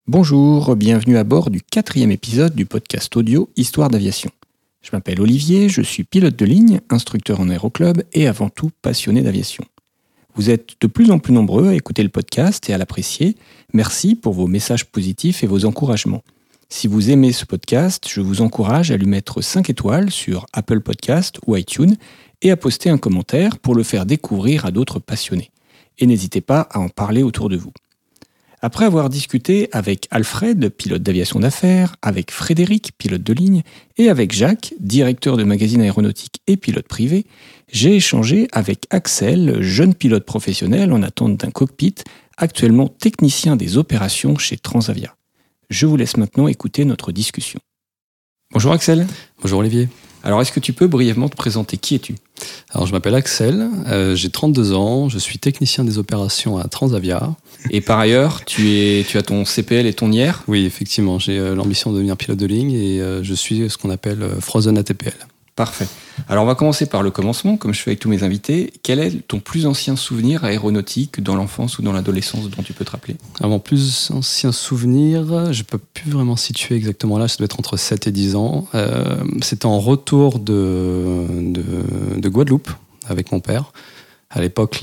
Bonjour, bienvenue à bord du 4e épisode du podcast audio Histoire d'aviation. Je m'appelle Olivier, je suis pilote de ligne, instructeur en aéroclub et avant tout passionné d'aviation. Vous êtes de plus en plus nombreux à écouter le podcast et à l'apprécier. Merci pour vos messages positifs et vos encouragements. Si vous aimez ce podcast, je vous encourage à lui mettre 5 étoiles sur Apple Podcast ou iTunes et à poster un commentaire pour le faire découvrir à d'autres passionnés. Et n'hésitez pas à en parler autour de vous. Après avoir discuté avec Alfred, pilote d'aviation d'affaires, avec Frédéric, pilote de ligne, et avec Jacques, directeur de magazine aéronautique et pilote privé, j'ai échangé avec Axel, jeune pilote professionnel en attente d'un cockpit, actuellement technicien des opérations chez Transavia. Je vous laisse maintenant écouter notre discussion. Bonjour Axel. Bonjour Olivier. Alors est-ce que tu peux brièvement te présenter? Qui es-tu? Alors je m'appelle Axel, j'ai 32 ans, je suis technicien des opérations à Transavia. Et par ailleurs, tu as ton CPL et ton IR? Oui, effectivement, j'ai l'ambition de devenir pilote de ligne et je suis ce qu'on appelle Frozen ATPL. Parfait. Alors on va commencer par le commencement, comme je fais avec tous mes invités. Quel est ton plus ancien souvenir aéronautique dans l'enfance ou dans l'adolescence dont tu peux te rappeler? Alors mon plus ancien souvenir, je ne peux plus vraiment situer exactement là, ça doit être entre 7 et 10 ans. C'était en retour de Guadeloupe avec mon père. À l'époque,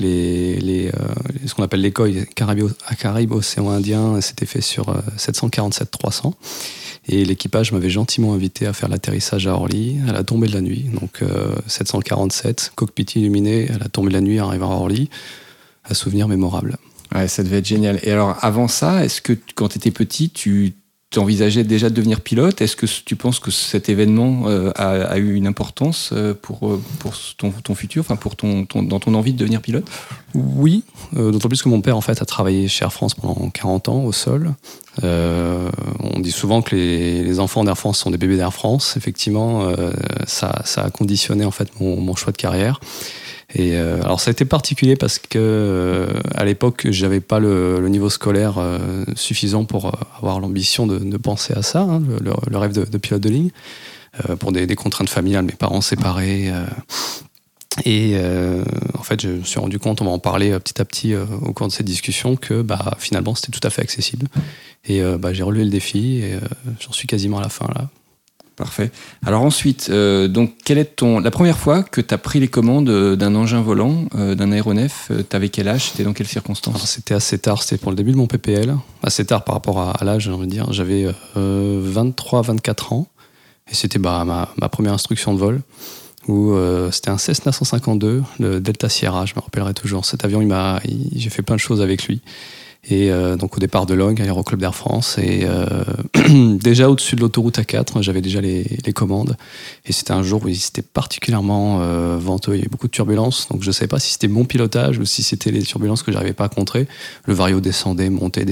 ce qu'on appelle l'école Caraïbes Océan Indien, c'était fait sur 747-300. Et l'équipage m'avait gentiment invité à faire l'atterrissage à Orly à la tombée de la nuit. Donc 747, cockpit illuminé à la tombée de la nuit, arrivant à Orly. Un souvenir mémorable. Ouais, ça devait être génial. Et alors, avant ça, est-ce que quand tu étais petit, tu envisageais déjà de devenir pilote? Est-ce que tu penses que cet événement a eu une importance pour ton futur, enfin dans ton envie de devenir pilote? Oui, d'autant plus que mon père en fait a travaillé chez Air France pendant 40 ans au sol. On dit souvent que les enfants d'Air France sont des bébés d'Air France. Effectivement, ça a conditionné en fait mon choix de carrière. Et alors ça a été particulier parce que à l'époque j'avais pas le niveau scolaire suffisant pour avoir l'ambition de penser à ça, hein, le rêve de pilote de ligne, pour des contraintes familiales, mes parents séparés. Et en fait je me suis rendu compte, on va en parler petit à petit au cours de cette discussion, que finalement c'était tout à fait accessible. Et j'ai relevé le défi et j'en suis quasiment à la fin là. Parfait. Alors ensuite, donc quelle est la première fois que tu as pris les commandes d'un engin volant, d'un aéronef? T'avais quel âge? C'était dans quelles circonstances? Alors, c'était assez tard, c'était pour le début de mon PPL. Assez tard par rapport à l'âge, j'ai envie de dire. J'avais 23-24 ans et c'était ma première instruction de vol où c'était un Cessna 152, le Delta Sierra, je me rappellerai toujours. Cet avion, j'ai fait plein de choses avec lui. Et donc au départ de Lognes, aéroclub d'Air France, et déjà au-dessus de l'autoroute A4, j'avais déjà les commandes, et c'était un jour où c'était particulièrement venteux, il y avait beaucoup de turbulences, donc je ne savais pas si c'était mon pilotage ou si c'était les turbulences que je n'arrivais pas à contrer. Le Vario descendait, montait,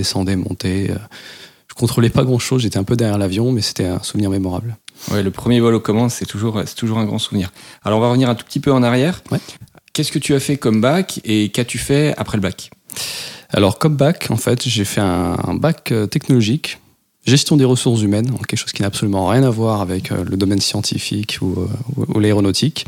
je contrôlais pas grand-chose, j'étais un peu derrière l'avion, mais c'était un souvenir mémorable. Ouais, le premier vol aux commandes, c'est toujours un grand souvenir. Alors on va revenir un tout petit peu en arrière. Ouais. Qu'est-ce que tu as fait comme bac et qu'as-tu fait après le bac? Alors, comme bac, en fait, j'ai fait un bac technologique, gestion des ressources humaines, quelque chose qui n'a absolument rien à voir avec le domaine scientifique ou l'aéronautique.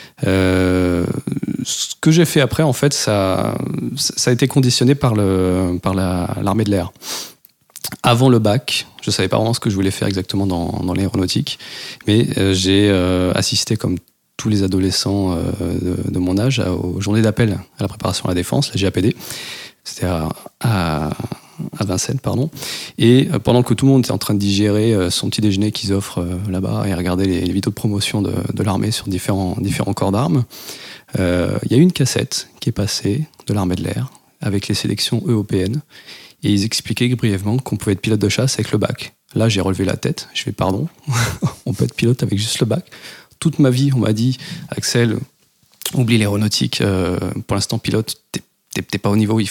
Ce que j'ai fait après, en fait, ça a été conditionné par l'armée de l'air. Avant le bac, je ne savais pas vraiment ce que je voulais faire exactement dans l'aéronautique, mais j'ai assisté comme tous les adolescents de mon âge aux journées d'appel à la préparation à la défense, la GAPD. C'était à Vincennes, pardon. Et pendant que tout le monde était en train de digérer son petit déjeuner qu'ils offrent là-bas et regarder les vidéos de promotion de l'armée sur différents corps d'armes, il y a eu une cassette qui est passée de l'armée de l'air avec les sélections européennes. Et ils expliquaient brièvement qu'on pouvait être pilote de chasse avec le bac. Là, j'ai relevé la tête. Je fais pardon, on peut être pilote avec juste le bac. Toute ma vie, on m'a dit, Axel, oublie l'aéronautique. Pour l'instant, pilote, t'es pas au niveau,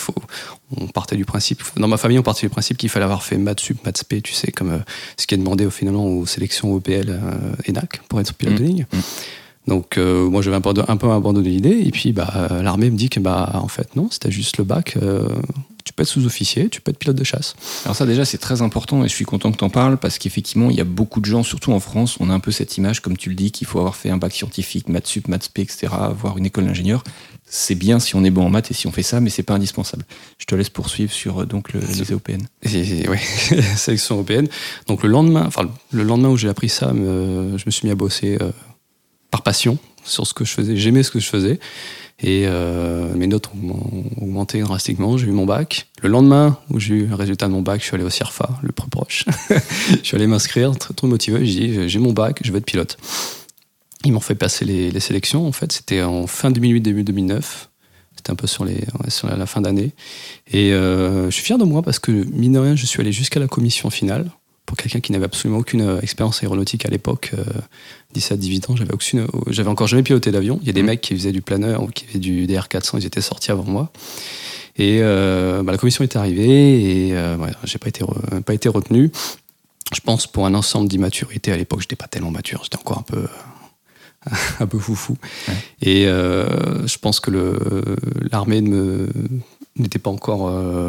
dans ma famille, on partait du principe qu'il fallait avoir fait maths sup, maths spé, tu sais, comme ce qui est demandé finalement aux sélections OPL ENAC pour être pilote de ligne. Donc moi j'avais un peu abandonné l'idée, et puis l'armée me dit que en fait non, c'était juste le bac, tu peux être sous-officier, tu peux être pilote de chasse. Alors ça déjà c'est très important, et je suis content que tu en parles, parce qu'effectivement il y a beaucoup de gens, surtout en France, on a un peu cette image, comme tu le dis, qu'il faut avoir fait un bac scientifique, maths sup, maths spé, etc., avoir une école d'ingénieur. C'est bien si on est bon en maths et si on fait ça, mais c'est pas indispensable. Je te laisse poursuivre sur donc les EOPN. Oui, sélection européenne. Donc le lendemain où j'ai appris ça, je me suis mis à bosser par passion sur ce que je faisais. J'aimais ce que je faisais, et mes notes ont augmenté drastiquement. J'ai eu mon bac. Le lendemain où j'ai eu le résultat de mon bac, je suis allé au CIRFA, le plus proche. Je suis allé m'inscrire, très motivé. Je dis, j'ai mon bac, je vais être pilote. Ils m'ont fait passer les sélections, en fait. C'était en fin 2008, début 2009. C'était un peu sur la fin d'année. Et je suis fier de moi parce que, mine de rien, je suis allé jusqu'à la commission finale. Pour quelqu'un qui n'avait absolument aucune expérience aéronautique à l'époque, 17-18 ans, j'avais encore jamais piloté d'avion. Il y a des mecs qui faisaient du planeur ou qui faisaient du DR400, ils étaient sortis avant moi. Et la commission est arrivée, et j'ai pas été retenu. Je pense pour un ensemble d'immaturité. À l'époque, j'étais pas tellement mature, j'étais encore un peu foufou. Ouais. Et je pense que l'armée n'était pas encore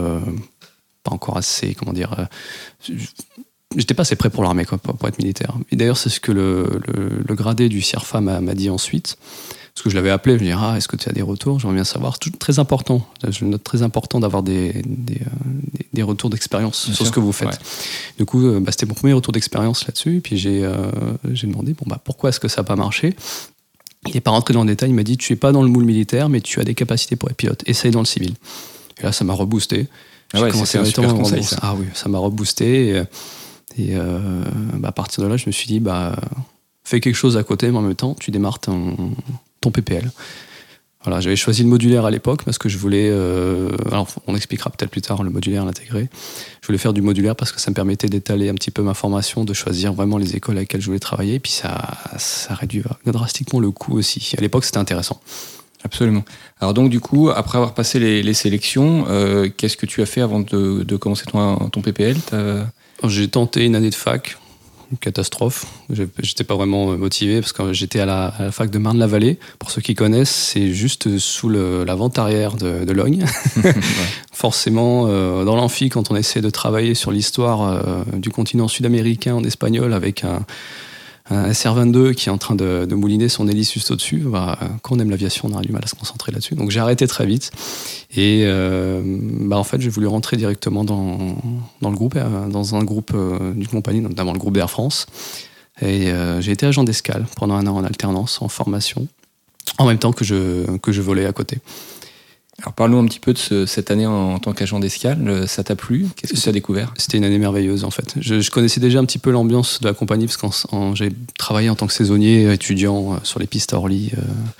assez, comment dire, j'étais pas assez prêt pour l'armée, quoi, pour être militaire. Et d'ailleurs, c'est ce que le gradé du CIRFA m'a dit ensuite. Parce que je l'avais appelé, je lui ai dit, est-ce que tu as des retours? J'aimerais bien savoir. C'est très important. Je note très important d'avoir des retours d'expérience bien sur ce que vous faites. Ouais. Du coup, c'était mon premier retour d'expérience là-dessus. Et puis j'ai demandé, pourquoi est-ce que ça n'a pas marché? Il n'est pas rentré dans le détail. Il m'a dit, tu n'es pas dans le moule militaire, mais tu as des capacités pour être pilote. Essaye dans le civil. Et là, ça m'a reboosté. C'est un super conseil, ça. Ah oui, ça m'a reboosté. Et à partir de là, je me suis dit, fais quelque chose à côté, mais en même temps, tu démarres ton PPL. Voilà, j'avais choisi le modulaire à l'époque parce que je voulais... alors, on expliquera peut-être plus tard le modulaire, l'intégré. Je voulais faire du modulaire parce que ça me permettait d'étaler un petit peu ma formation, de choisir vraiment les écoles avec lesquelles je voulais travailler. Et puis ça réduit drastiquement le coût aussi. À l'époque, c'était intéressant. Absolument. Alors donc, du coup, après avoir passé les sélections, qu'est-ce que tu as fait avant de commencer ton PPL? J'ai tenté une année de fac. Une catastrophe. J'étais pas vraiment motivé parce que j'étais à la fac de Marne-la-Vallée. Pour ceux qui connaissent, c'est juste sous la vente arrière de Logne. Ouais. Forcément, dans l'amphi, quand on essaie de travailler sur l'histoire du continent sud-américain en espagnol avec un SR-22 qui est en train de mouliner son hélice juste au-dessus, quand on aime l'aviation, on aura du mal à se concentrer là-dessus. Donc j'ai arrêté très vite. Et en fait, j'ai voulu rentrer directement dans le groupe, dans un groupe d'une compagnie, notamment le groupe d'Air France. Et j'ai été agent d'escale pendant 1 an en alternance, en formation, en même temps que je volais à côté. Alors parle-nous un petit peu de cette année en tant qu'agent d'escale. Ça t'a plu? Qu'est-ce que tu as découvert? C'était une année merveilleuse en fait. Je connaissais déjà un petit peu l'ambiance de la compagnie parce que j'ai travaillé en tant que saisonnier étudiant sur les pistes à Orly,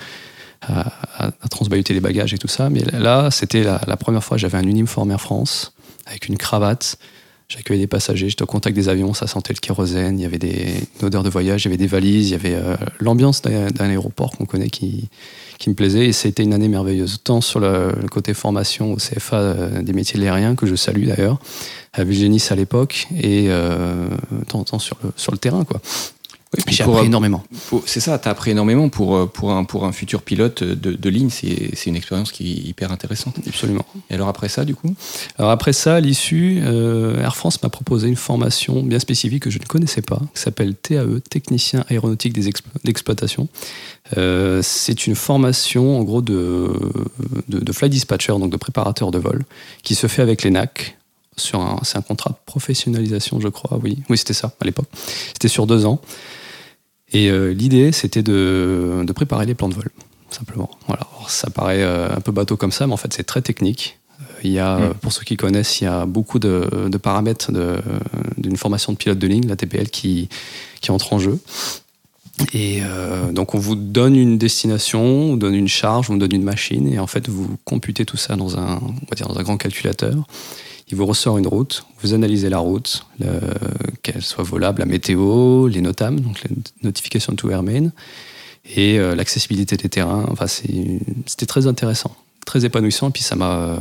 à transbahuter les bagages et tout ça. Mais là, c'était la première fois que j'avais un uniforme Air France avec une cravate. J'accueillais des passagers, j'étais au contact des avions, ça sentait le kérosène, il y avait une odeur de voyage, il y avait des valises, il y avait l'ambiance d'un aéroport qu'on connaît qui me plaisait, et c'était une année merveilleuse, tant sur le côté formation au CFA des métiers de l'aérien, que je salue d'ailleurs, à Vulgénis à l'époque, et tant sur le terrain, quoi. Oui, j'ai appris énormément. C'est ça, tu as appris énormément pour un futur pilote de ligne. C'est une expérience qui est hyper intéressante. Absolument. Et alors après ça, du coup? Alors après ça, à l'issue, Air France m'a proposé une formation bien spécifique que je ne connaissais pas, qui s'appelle TAE, Technicien Aéronautique d'Exploitation. C'est une formation, en gros, de flight dispatcher, donc de préparateur de vol, qui se fait avec l'ENAC. C'est un contrat de professionnalisation, je crois. Oui, c'était ça, à l'époque. C'était sur 2 ans. Et l'idée, c'était de préparer les plans de vol, simplement. Voilà. Alors, ça paraît un peu bateau comme ça, mais en fait, c'est très technique. Il y a, pour ceux qui connaissent, il y a beaucoup de paramètres d'une formation de pilote de ligne, la TPL, qui entre en jeu. Et donc, on vous donne une destination, on vous donne une charge, on vous donne une machine, et en fait, vous computez tout ça dans un grand calculateur. Il vous ressort une route, vous analysez la route, qu'elle soit volable, la météo, les NOTAM, donc les notifications to airmen, et l'accessibilité des terrains. Enfin, c'était très intéressant, très épanouissant, et puis ça m'a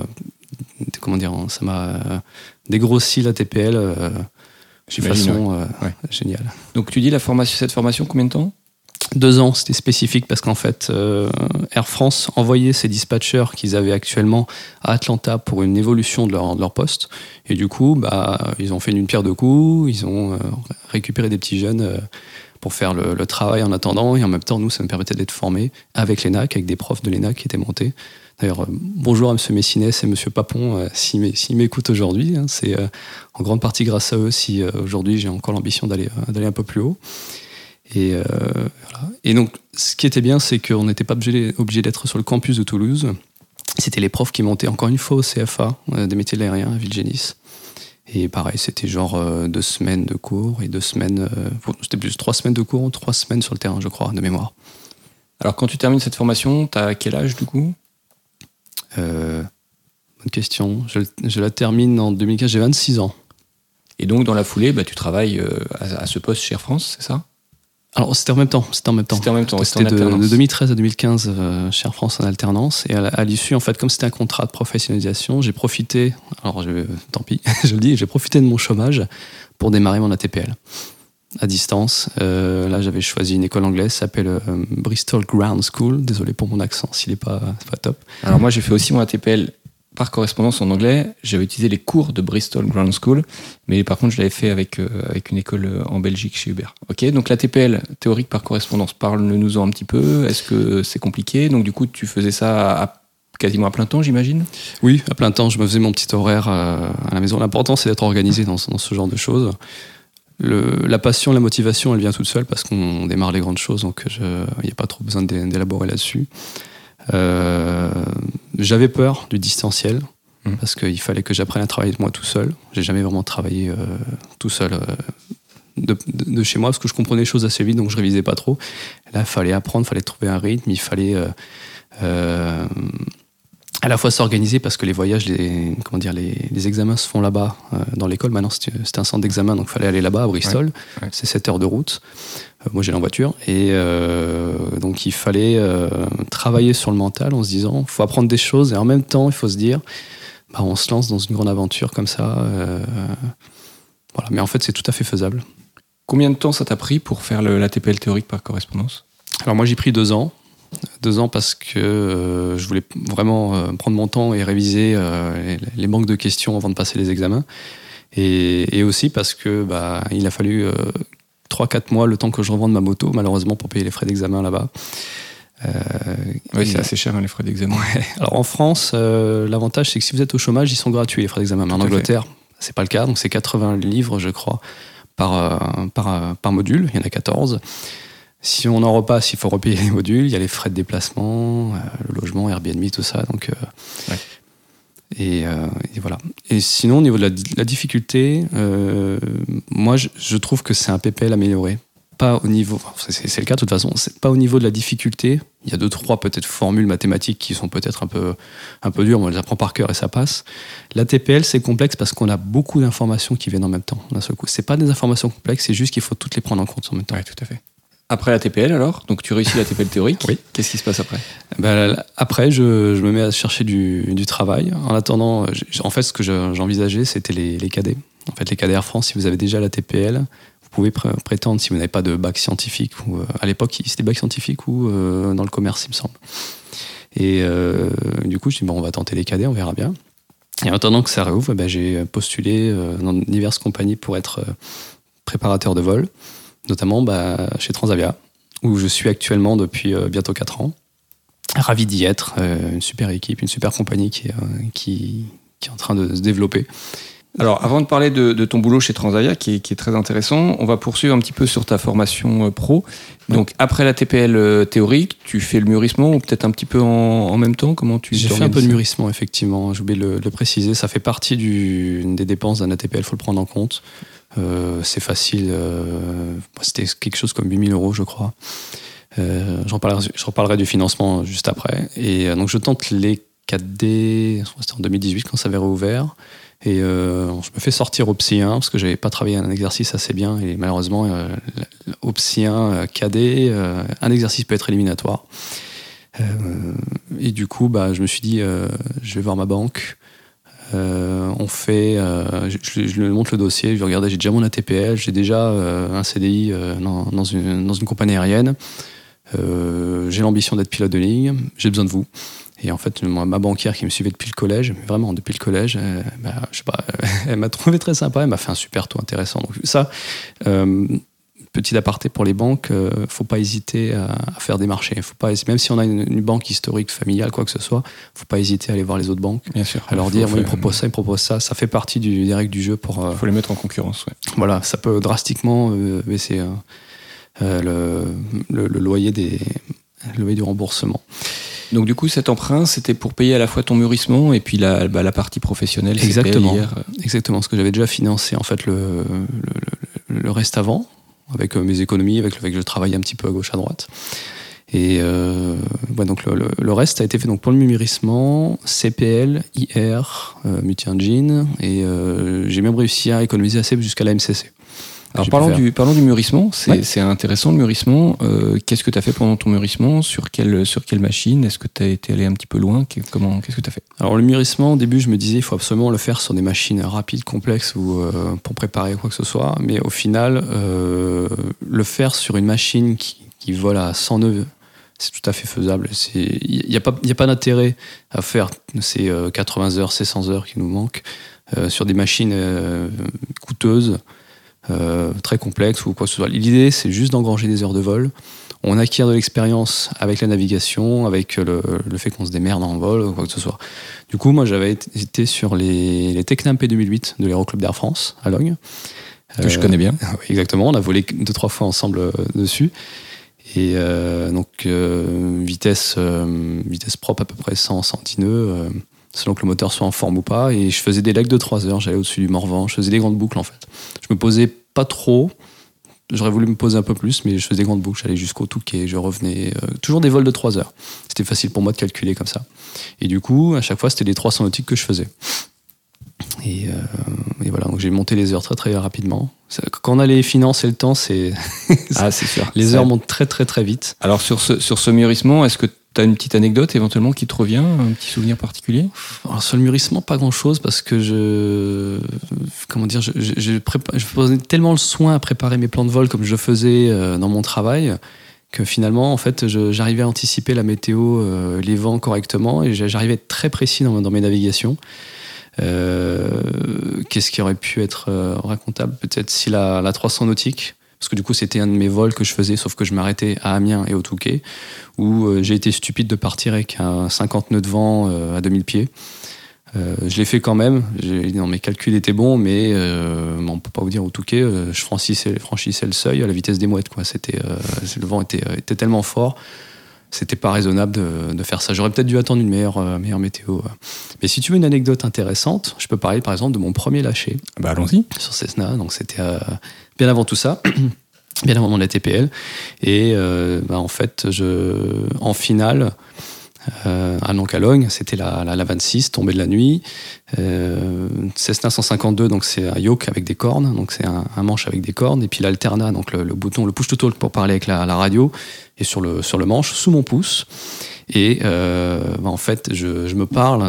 dégrossi la TPL de façon géniale. Donc tu dis cette formation, combien de temps? 2 ans, c'était spécifique parce qu'en fait, Air France envoyait ses dispatchers qu'ils avaient actuellement à Atlanta pour une évolution de leur poste. Et du coup, ils ont fait une pierre deux coups, ils ont récupéré des petits jeunes pour faire le travail en attendant. Et en même temps, nous, ça nous permettait d'être formés avec l'ENAC, avec des profs de l'ENAC qui étaient montés. D'ailleurs, bonjour à M. Messinès et M. Papon, s'ils m'écoutent aujourd'hui. Hein, c'est en grande partie grâce à eux si aujourd'hui j'ai encore l'ambition d'aller un peu plus haut. Et, voilà. Et donc, ce qui était bien, c'est qu'on n'était pas obligé d'être sur le campus de Toulouse. C'était les profs qui montaient encore une fois au CFA, des métiers de l'aérien à Villegénis. Et pareil, c'était genre 2 semaines de cours et 2 semaines... c'était plus 3 semaines de cours, 3 semaines sur le terrain, je crois, de mémoire. Alors, quand tu termines cette formation, t'as quel âge, du coup ? Bonne question. Je la termine en 2015, j'ai 26 ans. Et donc, dans la foulée, tu travailles à ce poste chez Air France, c'est ça ? Alors, c'était en même temps. C'était de 2013 à 2015 chez Air France en alternance. Et à l'issue, en fait, comme c'était un contrat de professionnalisation, j'ai profité, tant pis, je le dis, j'ai profité de mon chômage pour démarrer mon ATPL à distance. Là, j'avais choisi une école anglaise, ça s'appelle Bristol Ground School. Désolé pour mon accent, s'il n'est pas top. Alors moi, j'ai fait aussi mon ATPL par correspondance en anglais. J'avais utilisé les cours de Bristol Ground School, mais par contre, je l'avais fait avec une école en Belgique chez Hubert. Ok, donc l'ATPL, théorique par correspondance, parle-nous-en un petit peu. Est-ce que c'est compliqué ? Donc du coup, tu faisais ça quasiment à plein temps, j'imagine ? Oui, à plein temps. Je me faisais mon petit horaire à la maison. L'important, c'est d'être organisé dans ce genre de choses. La passion, la motivation, elle vient toute seule parce qu'on démarre les grandes choses, donc il n'y a pas trop besoin d'élaborer là-dessus. J'avais peur du distanciel parce qu'il fallait que j'apprenne à travailler de moi tout seul. J'ai jamais vraiment travaillé tout seul de chez moi parce que je comprenais les choses assez vite, donc je révisais pas trop. Là, il fallait apprendre, il fallait trouver un rythme, il fallait à la fois s'organiser parce que les voyages, les examens se font là-bas dans l'école. Maintenant, c'était un centre d'examen, donc il fallait aller là-bas à Bristol. Ouais. C'est 7 heures de route. Moi, j'allais en voiture. Et donc, il fallait travailler sur le mental en se disant, il faut apprendre des choses et en même temps, il faut se dire, on se lance dans une grande aventure comme ça. Voilà. Mais en fait, c'est tout à fait faisable. Combien de temps ça t'a pris pour faire l'ATPL théorique par correspondance ? Alors moi, j'ai pris 2 ans. 2 ans parce que je voulais vraiment prendre mon temps et réviser les banques de questions avant de passer les examens. Et aussi parce que il a fallu 3-4 mois le temps que je revende ma moto, malheureusement, pour payer les frais d'examen là-bas. Oui, c'est assez cher, les frais d'examen. Ouais. Alors en France, l'avantage, c'est que si vous êtes au chômage, ils sont gratuits, les frais d'examen. Mais en Angleterre, c'est pas le cas. Donc c'est 80 livres, je crois, par module. Il y en a 14. Si on en repasse, il faut repayer les modules. Il y a les frais de déplacement, le logement, Airbnb, tout ça. Donc, et voilà. Et sinon, au niveau de la difficulté, moi, je trouve que c'est un PPL amélioré. Pas au niveau, c'est le cas de toute façon, c'est pas au niveau de la difficulté. Il y a 2-3 peut-être formules mathématiques qui sont peut-être un peu dures, on les apprend par cœur et ça passe. La TPL, c'est complexe parce qu'on a beaucoup d'informations qui viennent en même temps, d'un seul coup. C'est pas des informations complexes, c'est juste qu'il faut toutes les prendre en compte en même temps. Oui, tout à fait. Après la TPL alors, donc tu réussis la TPL théorique, oui. Qu'est-ce qui se passe après ? Après, je me mets à chercher du travail. En attendant, en fait, ce que j'envisageais, c'était les cadets. En fait, les cadets Air France, si vous avez déjà la TPL, vous pouvez prétendre, si vous n'avez pas de bac scientifique, ou à l'époque, c'était bac scientifique ou dans le commerce, il me semble. Et du coup, je dis, on va tenter les cadets, on verra bien. Et en attendant que ça réouvre, j'ai postulé dans diverses compagnies pour être préparateur de vol, notamment chez Transavia, où je suis actuellement depuis bientôt 4 ans. Ravi d'y être, une super équipe, une super compagnie qui est en train de se développer. Alors, avant de parler de ton boulot chez Transavia, qui est très intéressant, on va poursuivre un petit peu sur ta formation pro. Donc, après la TPL théorique, tu fais le mûrissement ou peut-être un petit peu en même temps ? Comment tu J'ai fait un peu de mûrissement, effectivement. J'ai oublié de le préciser. Ça fait partie des dépenses d'un ATPL, il faut le prendre en compte. C'est facile. C'était quelque chose comme 8 000 €, je crois. Je reparlerai du financement juste après. Et donc, je tente les 4D. C'était en 2018 quand ça avait réouvert. Et je me fais sortir au Psy 1 parce que j'avais pas travaillé un exercice assez bien et malheureusement au Psy 1 cadet un exercice peut être éliminatoire et du coup je me suis dit je vais voir ma banque, on fait je lui montre le dossier, je lui regarde, j'ai déjà mon ATPL, j'ai déjà un CDI dans une compagnie aérienne, j'ai l'ambition d'être pilote de ligne, j'ai besoin de vous. Et en fait, ma banquière qui me suivait depuis le collège, mais vraiment depuis le collège, je sais pas, elle m'a trouvé très sympa, elle m'a fait un super taux intéressant. Donc ça, petit aparté pour les banques, faut pas hésiter à faire des marchés. Faut pas, même si on a une banque historique, familiale, quoi que ce soit, faut pas hésiter à aller voir les autres banques. Bien sûr. À leur dire, ils proposent ça, ils proposent ça. Ça fait partie des règles du jeu pour. Faut les mettre en concurrence. Ouais. Voilà, ça peut drastiquement baisser le loyer du remboursement. Donc du coup, cet emprunt, c'était pour payer à la fois ton mûrissement et puis la partie professionnelle. Exactement. Exactement, parce que j'avais déjà financé en fait le reste avant, avec mes économies, avec le fait que je travaillais un petit peu à gauche à droite. Et donc le reste a été fait donc pour le mûrissement, CPL, IR, Multi-Engine, et j'ai même réussi à économiser assez jusqu'à la MCC. Alors parlons du mûrissement, c'est intéressant le mûrissement. Qu'est-ce que tu as fait pendant ton mûrissement ? Sur quelle machine ? Est-ce que tu as été allé un petit peu loin ? Qu'est-ce que tu as fait ? Alors le mûrissement, au début je me disais il faut absolument le faire sur des machines rapides, complexes ou pour préparer quoi que ce soit, mais au final le faire sur une machine qui vole à 100 nœuds, c'est tout à fait faisable. Il n'y a pas d'intérêt à faire ces 80 heures, ces 100 heures qui nous manquent sur des machines coûteuses, très complexes ou quoi que ce soit. L'idée, c'est juste d'engranger des heures de vol. On acquiert de l'expérience avec la navigation, avec le fait qu'on se démerde en vol ou quoi que ce soit. Du coup, moi, j'avais été sur les Tecnam P2008 de l'Aéroclub d'Air France à Logne. Que je connais bien. Oui, exactement. On a volé 2-3 fois ensemble dessus. Et vitesse propre à peu près 100-110 nœuds, selon que le moteur soit en forme ou pas. Et je faisais des legs de 3 heures, j'allais au-dessus du Morvan, je faisais des grandes boucles en fait. Je me posais pas trop, j'aurais voulu me poser un peu plus, mais je faisais des grandes boucles, j'allais jusqu'au Touquet, je revenais. Toujours des vols de 3 heures. C'était facile pour moi de calculer comme ça. Et du coup, à chaque fois, c'était des 300 nautiques que je faisais. Et voilà, donc j'ai monté les heures très très rapidement. Quand on a les finances et le temps, c'est sûr. Les heures montent très très très vite. Alors sur ce mûrissement, est-ce que tu as une petite anecdote éventuellement qui te revient, un petit souvenir particulier ? Alors sur le mûrissement, pas grand-chose parce que je posais tellement le soin à préparer mes plans de vol comme je le faisais dans mon travail que finalement, en fait, j'arrivais à anticiper la météo, les vents correctement et j'arrivais à être très précis dans mes navigations. Qu'est-ce qui aurait pu être racontable ? Peut-être si la 300 nautique, parce que du coup c'était un de mes vols que je faisais, sauf que je m'arrêtais à Amiens et au Touquet, où j'ai été stupide de partir avec un 50 nœuds de vent à 2000 pieds. Je l'ai fait quand même, mes calculs étaient bons, mais on peut pas vous dire au Touquet, je franchissais le seuil à la vitesse des mouettes, quoi. Le vent était tellement fort. C'était pas raisonnable de faire ça. J'aurais peut-être dû attendre une meilleure météo. Mais si tu veux une anecdote intéressante, je peux parler par exemple de mon premier lâcher. Bah allons-y. Sur Cessna, donc c'était bien avant tout ça, bien avant mon ATPL. Et en fait, en finale, à Logne, c'était la 26, tombée de la nuit. Cessna 152, donc c'est un yoke avec des cornes, donc c'est un manche avec des cornes, et puis l'alterna, donc le bouton, le push to talk pour parler avec la radio, et sur le manche, sous mon pouce. Et en fait, je me parle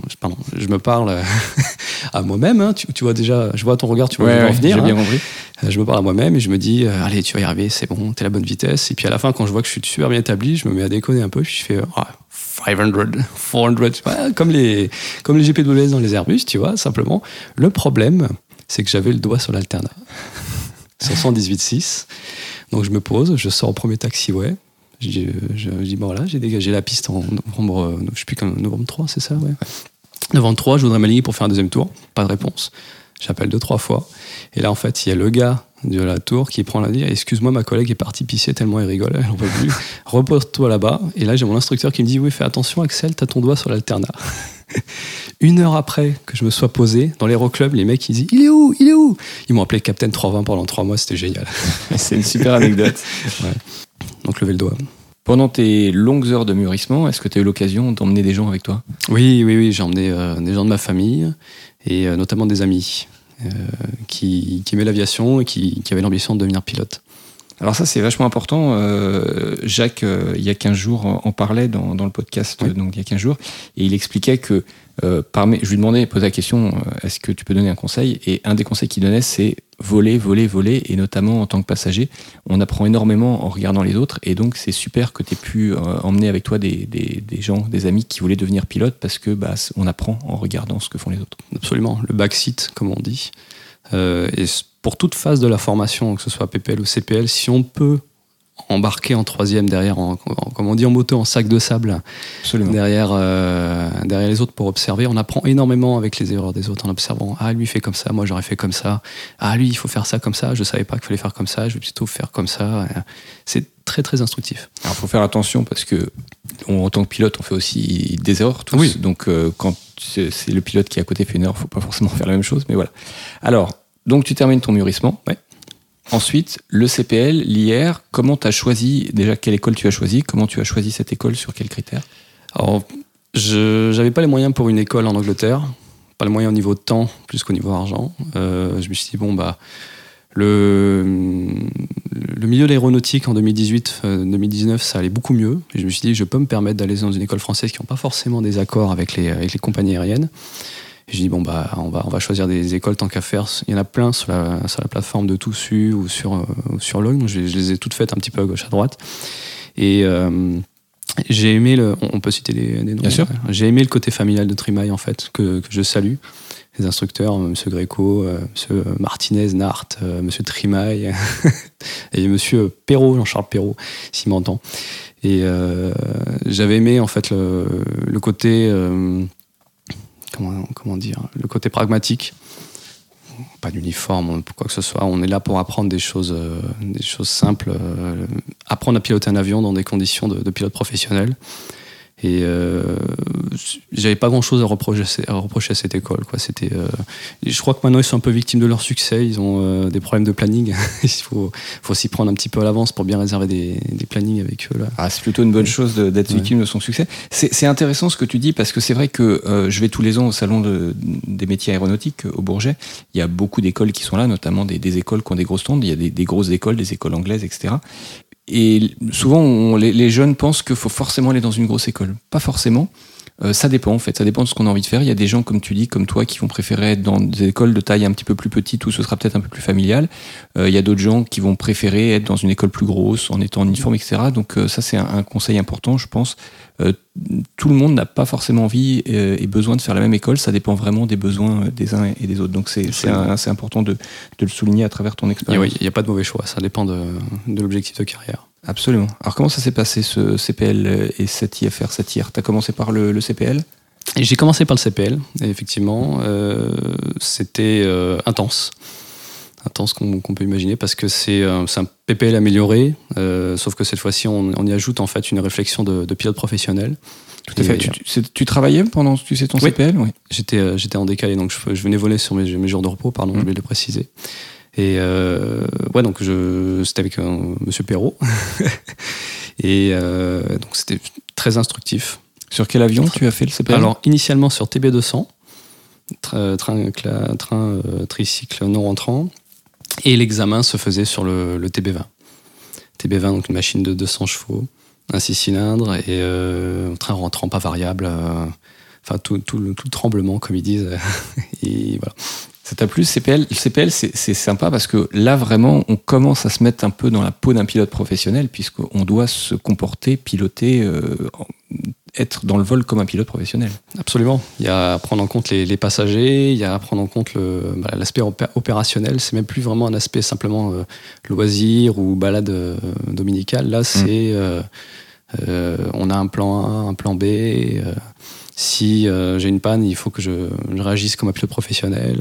à moi-même. Hein, tu vois déjà, je vois ton regard, tu vois en venir. J'ai bien compris. Je me parle à moi-même et je me dis, allez, tu vas y arriver, c'est bon, t'es à la bonne vitesse. Et puis à la fin, quand je vois que je suis super bien établi, je me mets à déconner un peu, puis je fais 500, 400, comme les GPWS dans les Airbus, tu vois, simplement. Le problème, c'est que j'avais le doigt sur l'alterna, sur 118.6. Donc je me pose, je sors au premier taxiway. Je dis, bon voilà, j'ai dégagé la piste en novembre, je sais plus quand, novembre 3, c'est ça, ouais. Novembre 3, je voudrais m'aligner pour faire un deuxième tour. Pas de réponse. J'appelle 2-3 fois. Et là, en fait, il y a le gars de la tour qui prend la dire, excuse-moi, ma collègue est partie pisser tellement elle rigole, elle en peut plus. Repose-toi là-bas. Et là, j'ai mon instructeur qui me dit, oui, fais attention, Axel, t'as ton doigt sur l'alterna. 1 heure après que je me sois posé dans l'Aéroclub, les mecs ils disent il est où Ils m'ont appelé Captain 320 pendant 3 mois, c'était génial. C'est une super anecdote. Ouais. Donc levez le doigt. Pendant tes longues heures de mûrissement, est-ce que tu as eu l'occasion d'emmener des gens avec toi ? Oui, j'ai emmené des gens de ma famille et notamment des amis qui aimaient l'aviation et qui avaient l'ambition de devenir pilote. Alors ça, c'est vachement important. Jacques, il y a 15 jours, en parlait dans le podcast, oui. Donc il y a 15 jours, et il expliquait que, je lui demandais, posais la question, est-ce que tu peux donner un conseil ? Et un des conseils qu'il donnait, c'est voler, et notamment en tant que passager, on apprend énormément en regardant les autres, et donc c'est super que tu aies pu emmener avec toi des gens, des amis qui voulaient devenir pilotes, parce que on apprend en regardant ce que font les autres. Absolument, le backseat, comme on dit. Et pour toute phase de la formation, que ce soit PPL ou CPL, si on peut embarquer en troisième derrière, comme on dit en moto, en sac de sable, derrière les autres pour observer. On apprend énormément avec les erreurs des autres en observant. Ah, lui fait comme ça, moi j'aurais fait comme ça. Ah, lui, il faut faire ça comme ça, je savais pas qu'il fallait faire comme ça, je vais plutôt faire comme ça. C'est très très instructif. Alors il faut faire attention parce que en tant que pilote, on fait aussi des erreurs tous. Oui. Donc quand c'est le pilote qui est à côté fait une erreur, il ne faut pas forcément faire la même chose, mais voilà. Alors, donc tu termines ton mûrissement. Ouais. Ensuite, le CPL, l'IR, comment tu as choisi, déjà quelle école tu as choisi, comment tu as choisi cette école, sur quels critères? Alors, je n'avais pas les moyens pour une école en Angleterre, pas les moyens au niveau de temps, plus qu'au niveau argent. Je me suis dit, le milieu de l'aéronautique en 2018-2019, ça allait beaucoup mieux. Et je me suis dit, je peux me permettre d'aller dans une école française qui n'ont pas forcément des accords avec les compagnies aériennes. J'ai dit, on va choisir des écoles tant qu'à faire. Il y en a plein sur la plateforme de Toussus ou sur Log. Je les ai toutes faites un petit peu à gauche, à droite. Et j'ai aimé on peut citer des noms. Bien sûr. J'ai aimé le côté familial de Trimaille, en fait, que je salue. Les instructeurs, M. Gréco, M. Martinez, Nart, M. Trimaille et M. Perrault, Jean-Charles Perrault, s'il m'entend. Et j'avais aimé, en fait, le côté... Comment dire, le côté pragmatique, pas d'uniforme, quoi que ce soit. On est là pour apprendre des choses simples, apprendre à piloter un avion dans des conditions de pilote professionnel. Et j'avais pas grand chose à reprocher à cette école, quoi. Je crois que maintenant ils sont un peu victimes de leur succès. Ils ont des problèmes de planning. Il faut s'y prendre un petit peu à l'avance pour bien réserver des plannings avec eux, là. Ah, c'est plutôt une bonne chose d'être victime de son succès. C'est intéressant ce que tu dis, parce que c'est vrai que je vais tous les ans au salon des métiers aéronautiques au Bourget. Il y a beaucoup d'écoles qui sont là, notamment des écoles qui ont des grosses stands. Il y a des grosses écoles, des écoles anglaises, etc. Et souvent, les jeunes pensent qu'il faut forcément aller dans une grosse école. Pas forcément. Ça dépend, en fait. Ça dépend de ce qu'on a envie de faire. Il y a des gens, comme tu dis, comme toi, qui vont préférer être dans des écoles de taille un petit peu plus petite où ce sera peut-être un peu plus familial. Il y a d'autres gens qui vont préférer être dans une école plus grosse, en étant en uniforme, etc. Donc ça, c'est un conseil important, je pense. Tout le monde n'a pas forcément envie et besoin de faire la même école. Ça dépend vraiment des besoins des uns et des autres. Donc c'est important de le souligner à travers ton expérience. Oui, il n'y a pas de mauvais choix. Ça dépend de l'objectif de carrière. Absolument. Alors comment ça s'est passé, ce CPL et cet IFR, cet IR? Tu as commencé par le CPL? Et j'ai commencé par le CPL, et effectivement. C'était intense qu'on peut imaginer, parce que c'est un PPL amélioré, sauf que cette fois-ci on y ajoute en fait une réflexion de pilote professionnel. Tout à fait. Tu travaillais pendant ton CPL? Oui. J'étais en décalé, donc je venais voler sur mes jours de repos, je vais le préciser. Et donc c'était avec Monsieur Perrault. Et donc c'était très instructif. Sur quel avion tu as fait le CPL? Alors initialement sur TB200, train tricycle non rentrant, et l'examen se faisait sur le TB20. TB20, donc une machine de 200 chevaux, un 6 cylindres, et train rentrant pas variable, tout le tremblement, comme ils disent. Et voilà. Ça t'a plu, CPL? Le CPL, c'est sympa parce que là, vraiment, on commence à se mettre un peu dans la peau d'un pilote professionnel, puisqu'on doit se comporter, piloter, être dans le vol comme un pilote professionnel. Absolument. Il y a à prendre en compte les passagers, il y a à prendre en compte l'aspect opérationnel. C'est même plus vraiment un aspect simplement loisir ou balade dominicale. Là, c'est on a un plan A, un plan B. Si j'ai une panne, il faut que je réagisse comme un pilote professionnel.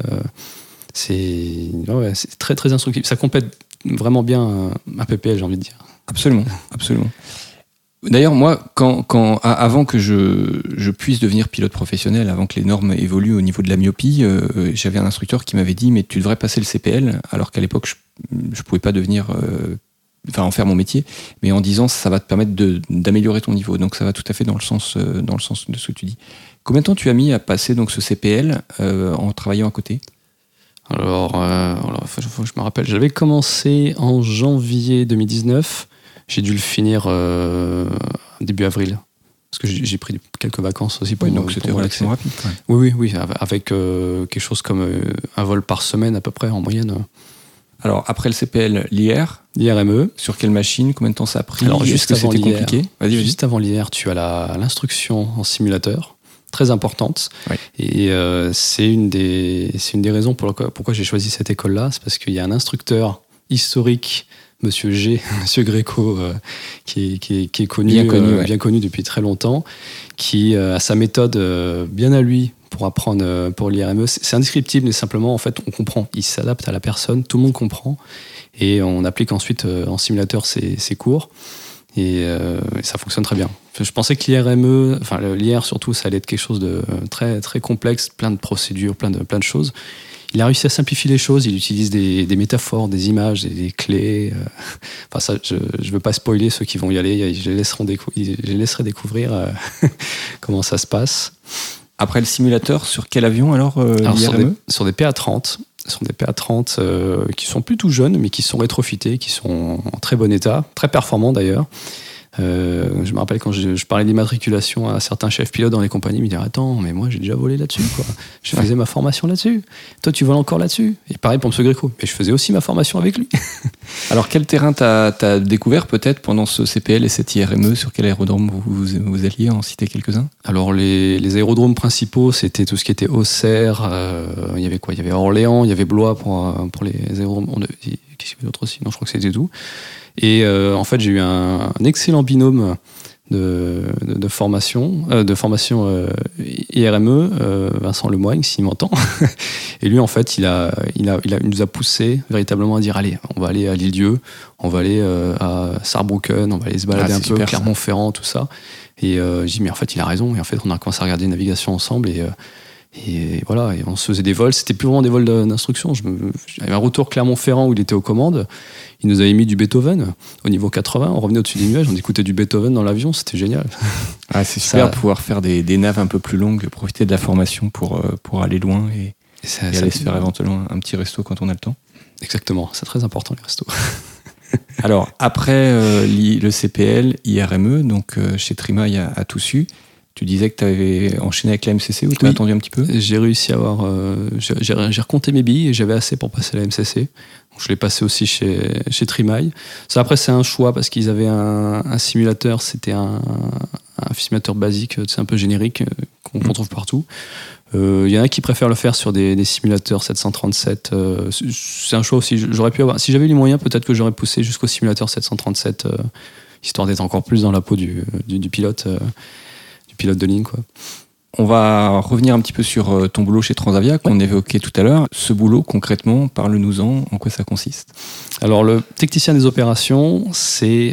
C'est très très instructif. Ça complète vraiment bien un PPL, j'ai envie de dire. Absolument, absolument. D'ailleurs, moi, avant que je puisse devenir pilote professionnel, avant que les normes évoluent au niveau de la myopie, j'avais un instructeur qui m'avait dit « mais tu devrais passer le CPL », alors qu'à l'époque, je pouvais pas en faire mon métier, mais en disant ça va te permettre d'améliorer ton niveau. Donc ça va tout à fait dans le sens de ce que tu dis. Combien de temps tu as mis à passer donc ce CPL en travaillant à côté? Alors, je me rappelle, j'avais commencé en janvier 2019. J'ai dû le finir début avril. Parce que j'ai pris quelques vacances aussi. Donc c'était relativement rapide. Ouais. Oui, avec quelque chose comme un vol par semaine à peu près en moyenne. Alors, après le CPL, l'IR, l'IRME. sur quelle machine, combien de temps ça a pris? Alors, Est-ce que c'était compliqué? Juste avant l'IR, tu as l'instruction en simulateur, très importante. Oui. Et c'est une des raisons pourquoi j'ai choisi cette école-là. C'est parce qu'il y a un instructeur historique, Monsieur G, Monsieur Gréco, qui est connu, bien connu depuis très longtemps, qui a sa méthode bien à lui pour apprendre pour l'IRME. C'est indescriptible, mais simplement, en fait, on comprend. Il s'adapte à la personne, tout le monde comprend. Et on applique ensuite en simulateur ses cours. Et ça fonctionne très bien. Je pensais que l'IRME, enfin l'IR surtout, ça allait être quelque chose de très, très complexe, plein de procédures, plein de choses. Il a réussi à simplifier les choses, il utilise des métaphores, des images, des clés. Enfin ça, je ne veux pas spoiler ceux qui vont y aller, je les laisserai découvrir comment ça se passe. Après le simulateur, sur quel avion alors, l'IRME? Sur des PA30. Ce sont des PA30 qui sont plutôt jeunes, mais qui sont rétrofités, qui sont en très bon état, très performants d'ailleurs. Je me rappelle quand je parlais d'immatriculation à certains chefs pilotes dans les compagnies, ils me disaient « Attends, mais moi j'ai déjà volé là-dessus, quoi. Je faisais ma formation là-dessus. Toi, tu voles encore là-dessus. » Et pareil pour M. Gréco. Mais je faisais aussi ma formation avec lui. Alors, quel terrain t'as découvert peut-être pendant ce CPL et cet IRME? Sur quel aérodrome vous alliez en citer quelques-uns? Alors, les aérodromes principaux, c'était tout ce qui était Auxerre. Il y avait quoi? Il y avait Orléans, il y avait Blois pour les aérodromes. Qu'est-ce qu'il y avait d'autre aussi? Non, je crois que c'était tout. Et en fait, j'ai eu un excellent binôme de formation IRME, Vincent Lemoigne, s'il m'entend. Et lui, en fait, il nous a poussé véritablement à dire allez, on va aller à l'Île-Dieu, on va aller à Saarbrücken, on va aller se balader un peu, Clermont-Ferrand, tout ça. Et j'ai dit mais en fait, il a raison. Et en fait, on a commencé à regarder navigation ensemble et voilà, et on se faisait des vols. C'était plus vraiment des vols d'instruction. J'avais un retour Clermont-Ferrand où il était aux commandes. Il nous avait mis du Beethoven au niveau 80. On revenait au-dessus des nuages, on écoutait du Beethoven dans l'avion. C'était génial. Ah, c'est super de pouvoir faire des naves un peu plus longues, profiter de la formation pour aller loin et aller se faire éventuellement un petit resto quand on a le temps. Exactement, c'est très important les restos. Alors, après le CPL, IRME, donc chez Trimail à Toussus, tu disais que tu avais enchaîné avec la MCC ou tu as attendu un petit peu? J'ai réussi à avoir... j'ai recompté mes billes et j'avais assez pour passer à la MCC. Donc, je l'ai passé aussi chez Trimail. Ça, après, c'est un choix parce qu'ils avaient un simulateur. C'était un simulateur basique, c'est un peu générique, qu'on trouve partout. Il y en a qui préfèrent le faire sur des simulateurs 737. C'est un choix aussi. J'aurais pu avoir... Si j'avais eu les moyens, peut-être que j'aurais poussé jusqu'au simulateur 737, histoire d'être encore plus dans la peau du pilote... pilote de ligne, quoi. On va revenir un petit peu sur ton boulot chez Transavia qu'on évoquait tout à l'heure. Ce boulot, concrètement, parle-nous-en, en quoi ça consiste? Alors, le technicien des opérations, c'est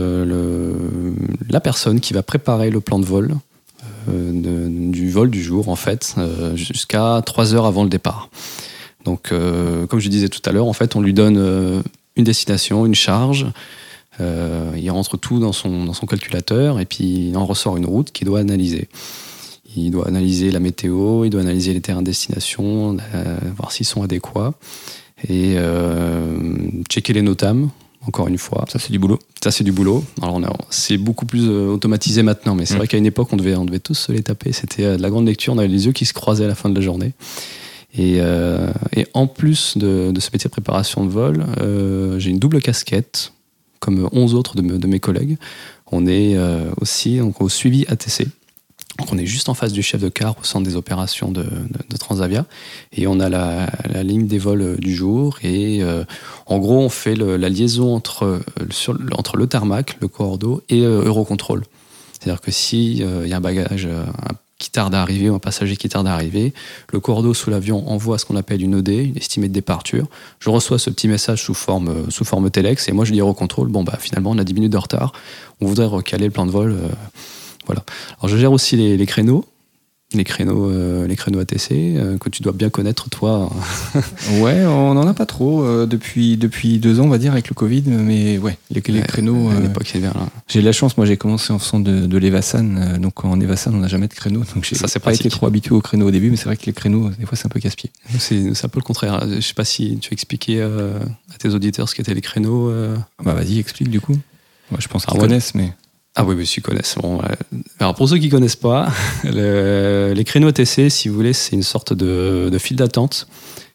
la personne qui va préparer le plan de vol, du vol du jour, en fait, jusqu'à 3 heures avant le départ. Donc, comme je disais tout à l'heure, en fait, on lui donne une destination, une charge. Il rentre tout dans son calculateur et puis il en ressort une route qu'il doit analyser. Il doit analyser la météo, il doit analyser les terrains de destination, voir s'ils sont adéquats et checker les NOTAM, encore une fois. Ça, c'est du boulot. Ça, c'est du boulot. Alors, c'est beaucoup plus automatisé maintenant, mais c'est vrai qu'à une époque, on devait tous se les taper. C'était de la grande lecture, on avait les yeux qui se croisaient à la fin de la journée. Et en plus de ce métier de préparation de vol, j'ai une double casquette, comme 11 autres de mes collègues. On est aussi donc, au suivi ATC. Donc on est juste en face du chef de car au centre des opérations de Transavia. Et on a la ligne des vols du jour. Et en gros, on fait la liaison entre le tarmac, le corridor et Eurocontrol. C'est-à-dire que s'il y a un bagage qui tarde à arriver, ou un passager qui tarde à arriver, le cordeau sous l'avion envoie ce qu'on appelle une ED, une estimée de départure. Je reçois ce petit message sous forme Telex, et moi je dis au contrôle, finalement on a 10 minutes de retard, on voudrait recaler le plan de vol. Voilà. Alors je gère aussi les créneaux. Les créneaux ATC que tu dois bien connaître, toi. Ouais, on n'en a pas trop depuis 2 ans, on va dire, avec le Covid, mais ouais, les créneaux. À l'époque, c'est bien. Là. J'ai de la chance, moi j'ai commencé en faisant de l'Evasan, donc en Evasan on n'a jamais de créneaux, donc j'ai pas été trop habitué aux créneaux au début, mais c'est vrai que les créneaux, des fois c'est un peu casse-pied. C'est un peu le contraire. Je sais pas si tu expliquais à tes auditeurs ce qu'étaient les créneaux. Bah vas-y, explique du coup. Moi je pense qu'ils connaissent, mais. Ah oui, ils connaissent. Bon, alors pour ceux qui ne connaissent pas, les créneaux ATC, si vous voulez, c'est une sorte de file d'attente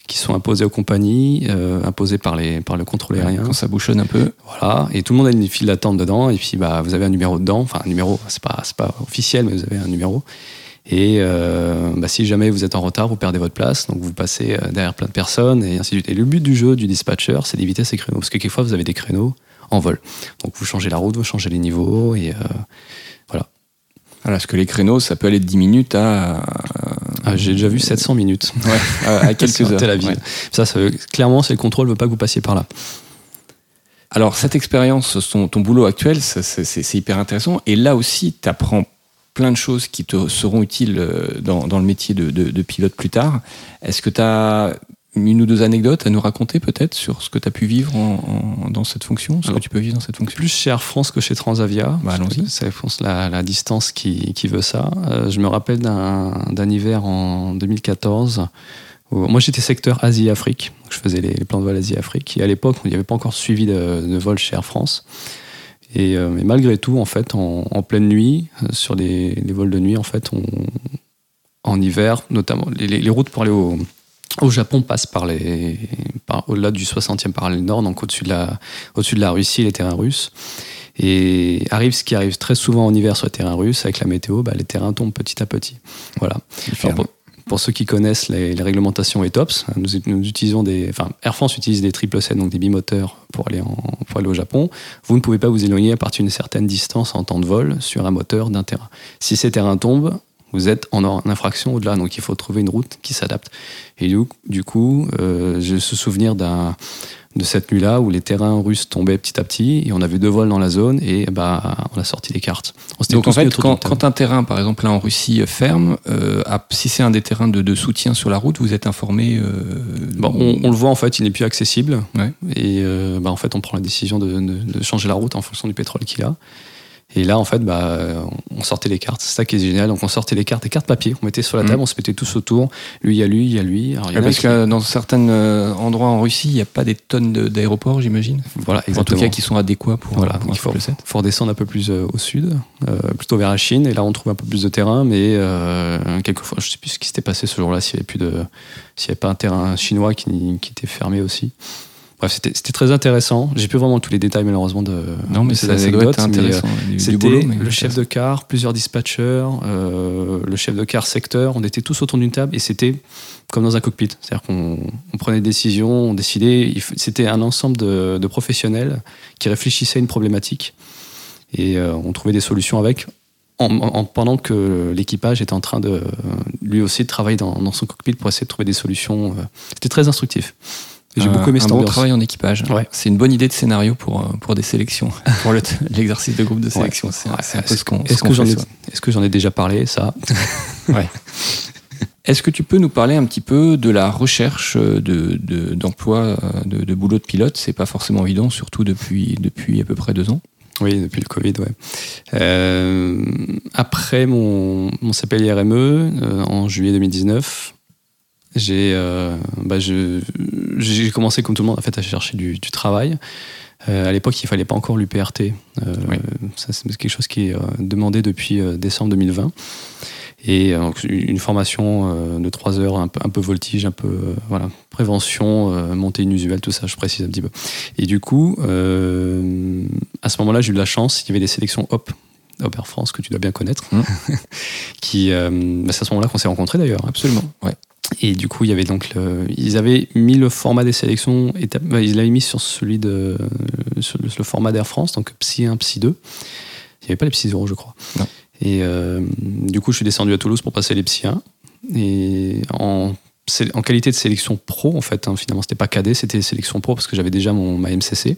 qui sont imposés aux compagnies, imposés par le contrôle aérien. Quand ça bouchonne un peu. Voilà, et tout le monde a une file d'attente dedans, et puis vous avez un numéro dedans, enfin un numéro, c'est pas officiel, mais vous avez un numéro. Et si jamais vous êtes en retard, vous perdez votre place, donc vous passez derrière plein de personnes, et ainsi de suite. Et le but du jeu, du dispatcher, c'est d'éviter ces créneaux, parce que quelquefois vous avez des créneaux en vol. Donc vous changez la route, vous changez les niveaux, et voilà. Voilà, parce que les créneaux, ça peut aller de 10 minutes à... j'ai déjà vu 700 minutes. Ouais, à quelques heures. Tel Aviv. Ouais. Ça clairement, c'est le contrôle, ne veut pas que vous passiez par là. Alors, cette expérience, ton boulot actuel, c'est hyper intéressant. Et là aussi, tu apprends plein de choses qui te seront utiles dans le métier de pilote plus tard. Est-ce que tu as une ou deux anecdotes à nous raconter peut-être sur ce que tu as pu vivre dans cette fonction, ce que tu peux vivre dans cette fonction? Plus chez Air France que chez Transavia. Allons-y. C'est la distance qui veut ça. Je me rappelle d'un hiver en 2014. Moi, j'étais secteur Asie-Afrique. Je faisais les plans de vol Asie-Afrique. Et à l'époque, il n'y avait pas encore suivi de vol chez Air France. Et malgré tout, en fait, en pleine nuit, sur les vols de nuit, en fait, en hiver, notamment, les routes pour aller au Japon passent au-delà du 60e parallèle nord, donc au-dessus de la Russie, les terrains russes. Et arrive ce qui arrive très souvent en hiver sur les terrains russes, avec la météo, les terrains tombent petit à petit. Voilà. Alors, pour ceux qui connaissent les réglementations ETOPS, nous utilisons Air France utilise des 777, donc des bimoteurs pour aller au Japon. Vous ne pouvez pas vous éloigner à partir d'une certaine distance en temps de vol sur un moteur d'un terrain. Si ces terrains tombent, vous êtes en infraction au-delà, donc il faut trouver une route qui s'adapte. Et du coup, j'ai ce souvenir de cette nuit-là où les terrains russes tombaient petit à petit et on avait 2 vols dans la zone et on a sorti les cartes. Donc en fait, quand un terrain, par exemple là en Russie, ferme, si c'est un des terrains de soutien sur la route, vous êtes informé on le voit, en fait, il n'est plus accessible. Ouais. Et en fait, on prend la décision de changer la route en fonction du pétrole qu'il a. Et là, en fait, on sortait les cartes. C'est ça qui est génial. Donc, on sortait les cartes papier. On mettait sur la table, on se mettait tous autour. Lui, il y a lui, il y a lui. Alors, parce que dans certains endroits en Russie, il n'y a pas des tonnes d'aéroports, j'imagine. Voilà, exactement. En tout cas, qui sont adéquats pour il faut redescendre un peu plus au sud, plutôt vers la Chine. Et là, on trouve un peu plus de terrain. Mais quelquefois, je ne sais plus ce qui s'était passé ce jour-là, s'il n'y avait pas un terrain chinois qui était fermé aussi. Bref, c'était très intéressant. J'ai plus vraiment tous les détails malheureusement de ces anecdotes. C'était le chef de car, plusieurs dispatchers, le chef de car secteur. On était tous autour d'une table et c'était comme dans un cockpit. C'est-à-dire qu'on prenait des décisions, on décidait. C'était un ensemble de professionnels qui réfléchissaient à une problématique et on trouvait des solutions avec. Pendant que l'équipage était en train de lui aussi de travailler dans son cockpit pour essayer de trouver des solutions. C'était très instructif. J'ai beaucoup aimé cette ambiance. Bon travail en équipage. Ouais. C'est une bonne idée de scénario pour des sélections, pour l'exercice de groupe de sélection. Ouais. C'est un peu ce qu'on fait. Est-ce que j'en ai déjà parlé, ça? Ouais. Est-ce que tu peux nous parler un petit peu de la recherche d'emploi, de boulot de pilote? C'est pas forcément évident, surtout depuis à peu près 2 ans. Oui, depuis le Covid, ouais. Après mon CPL IRME, en juillet 2019, j'ai commencé comme tout le monde en fait à chercher du travail. À l'époque, il fallait pas encore l'UPRT. Oui. Ça, c'est quelque chose qui est demandé depuis décembre 2020. Et une formation de 3 heures, un peu voltige, un peu prévention, montée inusuelle, tout ça, je précise un petit peu. Et du coup, à ce moment-là, j'ai eu de la chance. Il y avait des sélections Hop Air France que tu dois bien connaître, c'est à ce moment-là qu'on s'est rencontrés d'ailleurs. Absolument. Ouais. Et du coup, il y avait donc ils avaient mis le format des sélections, ils l'avaient mis sur sur le format d'Air France, donc Psy 1, Psy 2. Il n'y avait pas les Psy 0, je crois. Non. Et du coup, je suis descendu à Toulouse pour passer les Psy 1. Et en qualité de sélection pro, en fait, finalement, c'était pas cadet, c'était sélection pro parce que j'avais déjà ma MCC.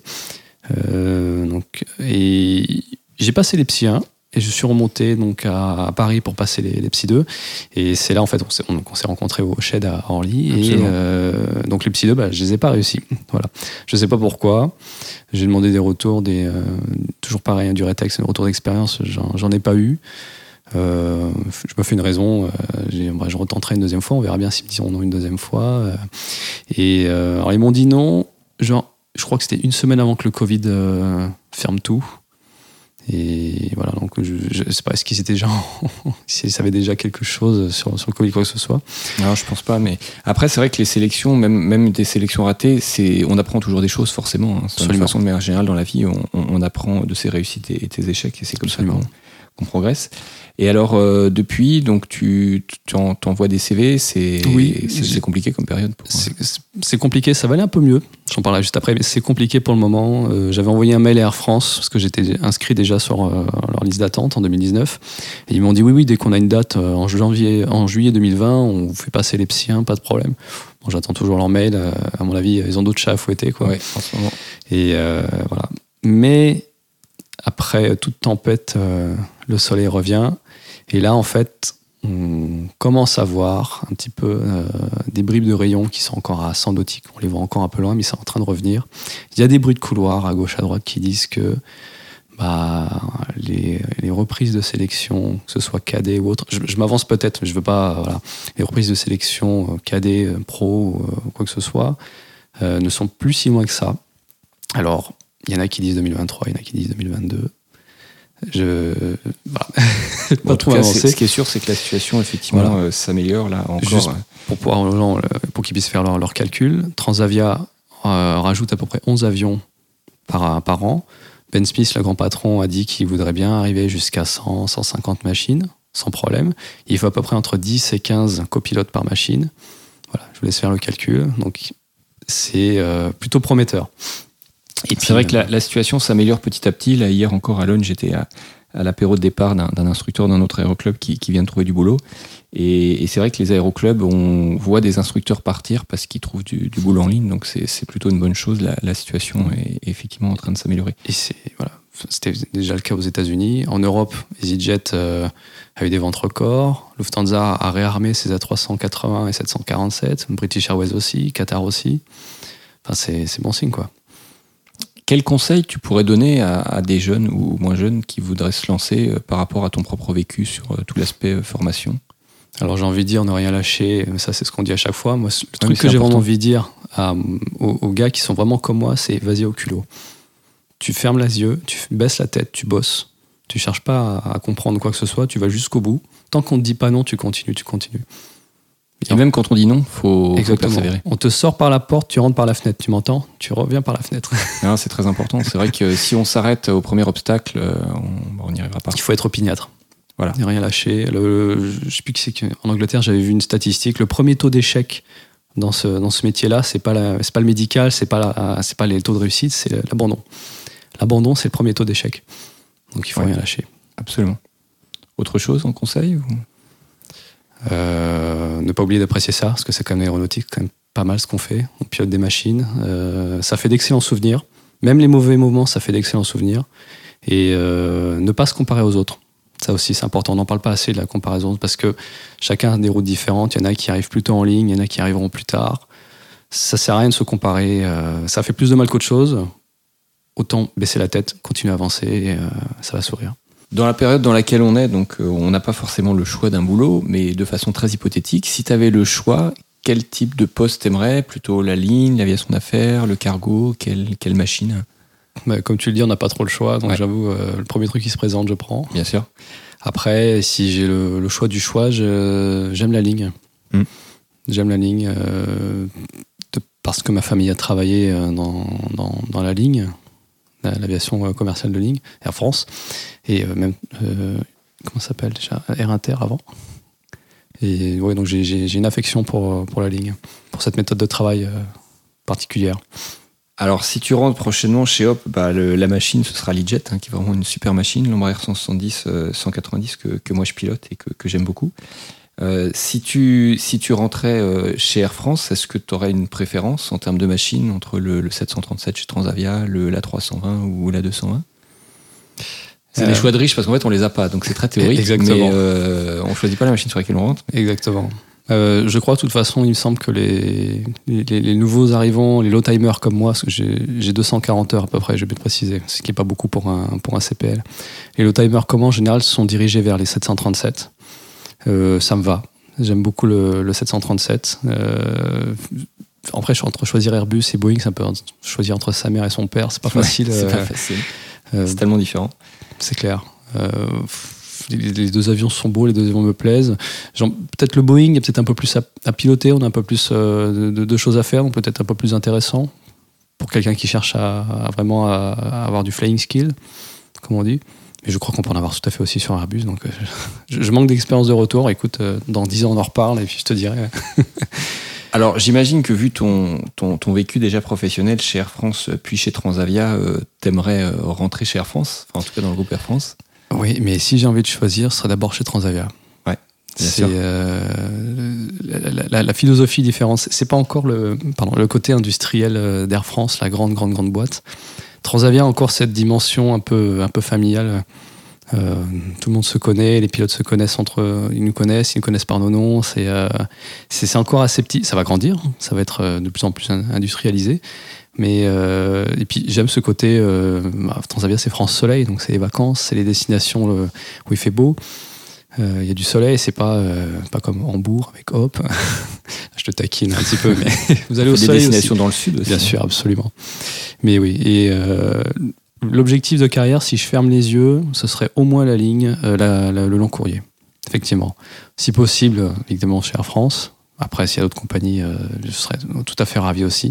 Et j'ai passé les Psy 1. Et je suis remonté donc à Paris pour passer les Psy 2. Et c'est là, en fait, on s'est rencontrés au Shed à Orly. Absolument. Et donc les Psy 2, je les ai pas réussi. Voilà. Je sais pas pourquoi. J'ai demandé des retours, toujours pareil, du rétex, un retour d'expérience, j'en ai pas eu. Je me fais une raison. Je retenterai une deuxième fois. On verra bien s'ils me diront non une deuxième fois. Alors ils m'ont dit non. Je crois que c'était une semaine avant que le Covid ferme tout. Et voilà, donc je sais pas, est-ce qu'ils étaient déjà s'ils savaient déjà quelque chose sur le Covid, quoi que ce soit. Non, je pense pas, mais après, c'est vrai que les sélections, même des sélections ratées, on apprend toujours des choses, forcément. Hein. De toute façon, de manière générale, dans la vie, on apprend de ses réussites et tes échecs, et c'est comme Absolument. ça qu'on progresse. Et alors, depuis, donc tu t'envoies des CV, c'est compliqué comme période pour... C'est compliqué, ça va aller un peu mieux, j'en parlerai juste après, mais c'est compliqué pour le moment. J'avais envoyé un mail à Air France, parce que j'étais inscrit déjà sur leur liste d'attente en 2019, et ils m'ont dit oui, dès qu'on a une date en juillet 2020, on vous fait passer les psyens, pas de problème. Bon, j'attends toujours leur mail, à mon avis, ils ont d'autres chats à fouetter, quoi. Ouais, en ce moment. Et voilà. Mais après toute tempête, le soleil revient. Et là, en fait, on commence à voir un petit peu des bribes de rayons qui sont encore à 100 nautiques. On les voit encore un peu loin, mais c'est en train de revenir. Il y a des bruits de couloir à gauche, à droite qui disent que les reprises de sélection, que ce soit cadet ou autre, je m'avance peut-être, mais je veux pas... Voilà, les reprises de sélection cadet, pro, quoi que ce soit, ne sont plus si loin que ça. Alors, il y en a qui disent 2023, il y en a qui disent 2022. Bon, en tout cas, ce qui est sûr, c'est que la situation effectivement s'améliore là encore. Juste pour pouvoir aux gens, pour qu'ils puissent faire leur calcul, Transavia rajoute à peu près 11 avions par an. Ben Smith, le grand patron, a dit qu'il voudrait bien arriver jusqu'à 100, 150 machines, sans problème. Il faut à peu près entre 10 et 15 copilotes par machine. Voilà, je vous laisse faire le calcul. Donc, c'est plutôt prometteur. Et puis, c'est vrai que la situation s'améliore petit à petit. Là, hier encore à Londres, j'étais à l'apéro de départ d'un instructeur d'un autre aéroclub qui vient de trouver du boulot. Et c'est vrai que les aéroclubs, on voit des instructeurs partir parce qu'ils trouvent du boulot en ligne. Donc c'est plutôt une bonne chose. La situation est effectivement en train de s'améliorer. Et c'était déjà le cas aux États-Unis. En Europe, EasyJet a eu des ventes records. Lufthansa a réarmé ses A380 et 747. British Airways aussi, Qatar aussi. Enfin, c'est bon signe, quoi. Quel conseil tu pourrais donner à des jeunes ou moins jeunes qui voudraient se lancer par rapport à ton propre vécu sur tout l'aspect formation ? Alors j'ai envie de dire ne rien lâcher, ça c'est ce qu'on dit à chaque fois. Moi, le truc que j'ai vraiment envie de dire aux gars qui sont vraiment comme moi, c'est vas-y au culot. Tu fermes les yeux, tu baisses la tête, tu bosses. Tu cherches pas à comprendre quoi que ce soit, tu vas jusqu'au bout. Tant qu'on te dit pas non, tu continues. Et même quand on dit non, faut persévérer. On te sort par la porte, tu rentres par la fenêtre, tu m'entends ? Tu reviens par la fenêtre. Non, c'est très important. C'est vrai que si on s'arrête au premier obstacle, on n'y arrivera pas. Il faut être opiniâtre. Voilà. Ne rien lâcher. Je sais plus qui c'est qu'en Angleterre, j'avais vu une statistique. Le premier taux d'échec dans ce métier-là, c'est pas le médical, c'est pas les taux de réussite, c'est l'abandon. L'abandon, c'est le premier taux d'échec. Donc il faut rien lâcher. Absolument. Autre chose en conseil ou... Ne pas oublier d'apprécier ça, parce que c'est quand même aéronautique, quand même pas mal ce qu'on fait. On pilote des machines, ça fait d'excellents souvenirs. Même les mauvais moments, ça fait d'excellents souvenirs. Et ne pas se comparer aux autres. Ça aussi, c'est important. On n'en parle pas assez de la comparaison, parce que chacun a des routes différentes. Il y en a qui arrivent plus tôt en ligne, il y en a qui arriveront plus tard. Ça sert à rien de se comparer. Ça fait plus de mal qu'autre chose. Autant baisser la tête, continuer à avancer, et ça va sourire. Dans la période dans laquelle on est, donc on n'a pas forcément le choix d'un boulot, mais de façon très hypothétique, si tu avais le choix, quel type de poste t'aimerais ? Plutôt la ligne, l'aviation d'affaires, le cargo, quelle machine ? Comme tu le dis, on n'a pas trop le choix, donc j'avoue, le premier truc qui se présente, je prends. Bien sûr. Après, si j'ai le choix du choix, j'aime la ligne. J'aime la ligne parce que ma famille a travaillé dans la ligne, l'aviation commerciale de ligne, Air France, et même, comment ça s'appelle déjà, Air Inter avant. Et ouais, donc j'ai une affection pour la ligne, pour cette méthode de travail particulière. Alors, si tu rentres prochainement chez Hop, la machine, ce sera l'E-Jet, qui est vraiment une super machine, l'Embraer 170 que moi je pilote et que j'aime beaucoup. Si tu rentrais chez Air France, est-ce que tu aurais une préférence en termes de machine entre le 737 chez Transavia, l'A320 ou l'A220 ? C'est des choix de riches parce qu'en fait on les a pas, donc c'est très théorique. Exactement. Mais on choisit pas la machine sur laquelle on rentre. Exactement. Je crois de toute façon, il me semble que les nouveaux arrivants, les low-timers comme moi, parce que j'ai 240 heures à peu près, je vais te préciser, ce qui n'est pas beaucoup pour un CPL. Les low-timers comme moi, en général, sont dirigés vers les 737. Ça me va. J'aime beaucoup le 737. Après, je suis entre choisir Airbus et Boeing, c'est un peu choisir entre sa mère et son père, c'est pas facile. C'est pas facile. C'est tellement différent. C'est clair. Les deux avions sont beaux, les deux avions me plaisent. Peut-être le Boeing est peut-être un peu plus à piloter, on a un peu plus de choses à faire, donc peut-être un peu plus intéressant pour quelqu'un qui cherche à vraiment avoir du flying skill, comme on dit. Mais je crois qu'on peut en avoir tout à fait aussi sur Airbus, donc je manque d'expérience de retour. Écoute, dans 10 ans on en reparle et puis je te dirai. Alors j'imagine que vu ton vécu déjà professionnel chez Air France puis chez Transavia, t'aimerais rentrer chez Air France, enfin en tout cas dans le groupe Air France. Oui, mais si j'ai envie de choisir, ce serait d'abord chez Transavia. Ouais, bien c'est sûr. La philosophie différente. C'est pas encore le côté industriel d'Air France, la grande boîte. Transavia a encore cette dimension un peu familiale. Tout le monde se connaît, les pilotes se connaissent entre eux, ils nous connaissent par nos noms. C'est encore assez petit. Ça va grandir, ça va être de plus en plus industrialisé. Mais et puis j'aime ce côté. Transavia, c'est France Soleil, donc c'est les vacances, c'est les destinations où il fait beau. Il y a du soleil, c'est pas comme Hambourg avec Hop. Je te taquine un petit peu, mais vous allez au soleil. Des destinations aussi. Dans le sud aussi. Bien sûr, absolument. Mais oui, et l'objectif de carrière, si je ferme les yeux, ce serait au moins la ligne, le long courrier. Effectivement. Si possible, évidemment chez Air France. Après, s'il y a d'autres compagnies, je serais tout à fait ravi aussi.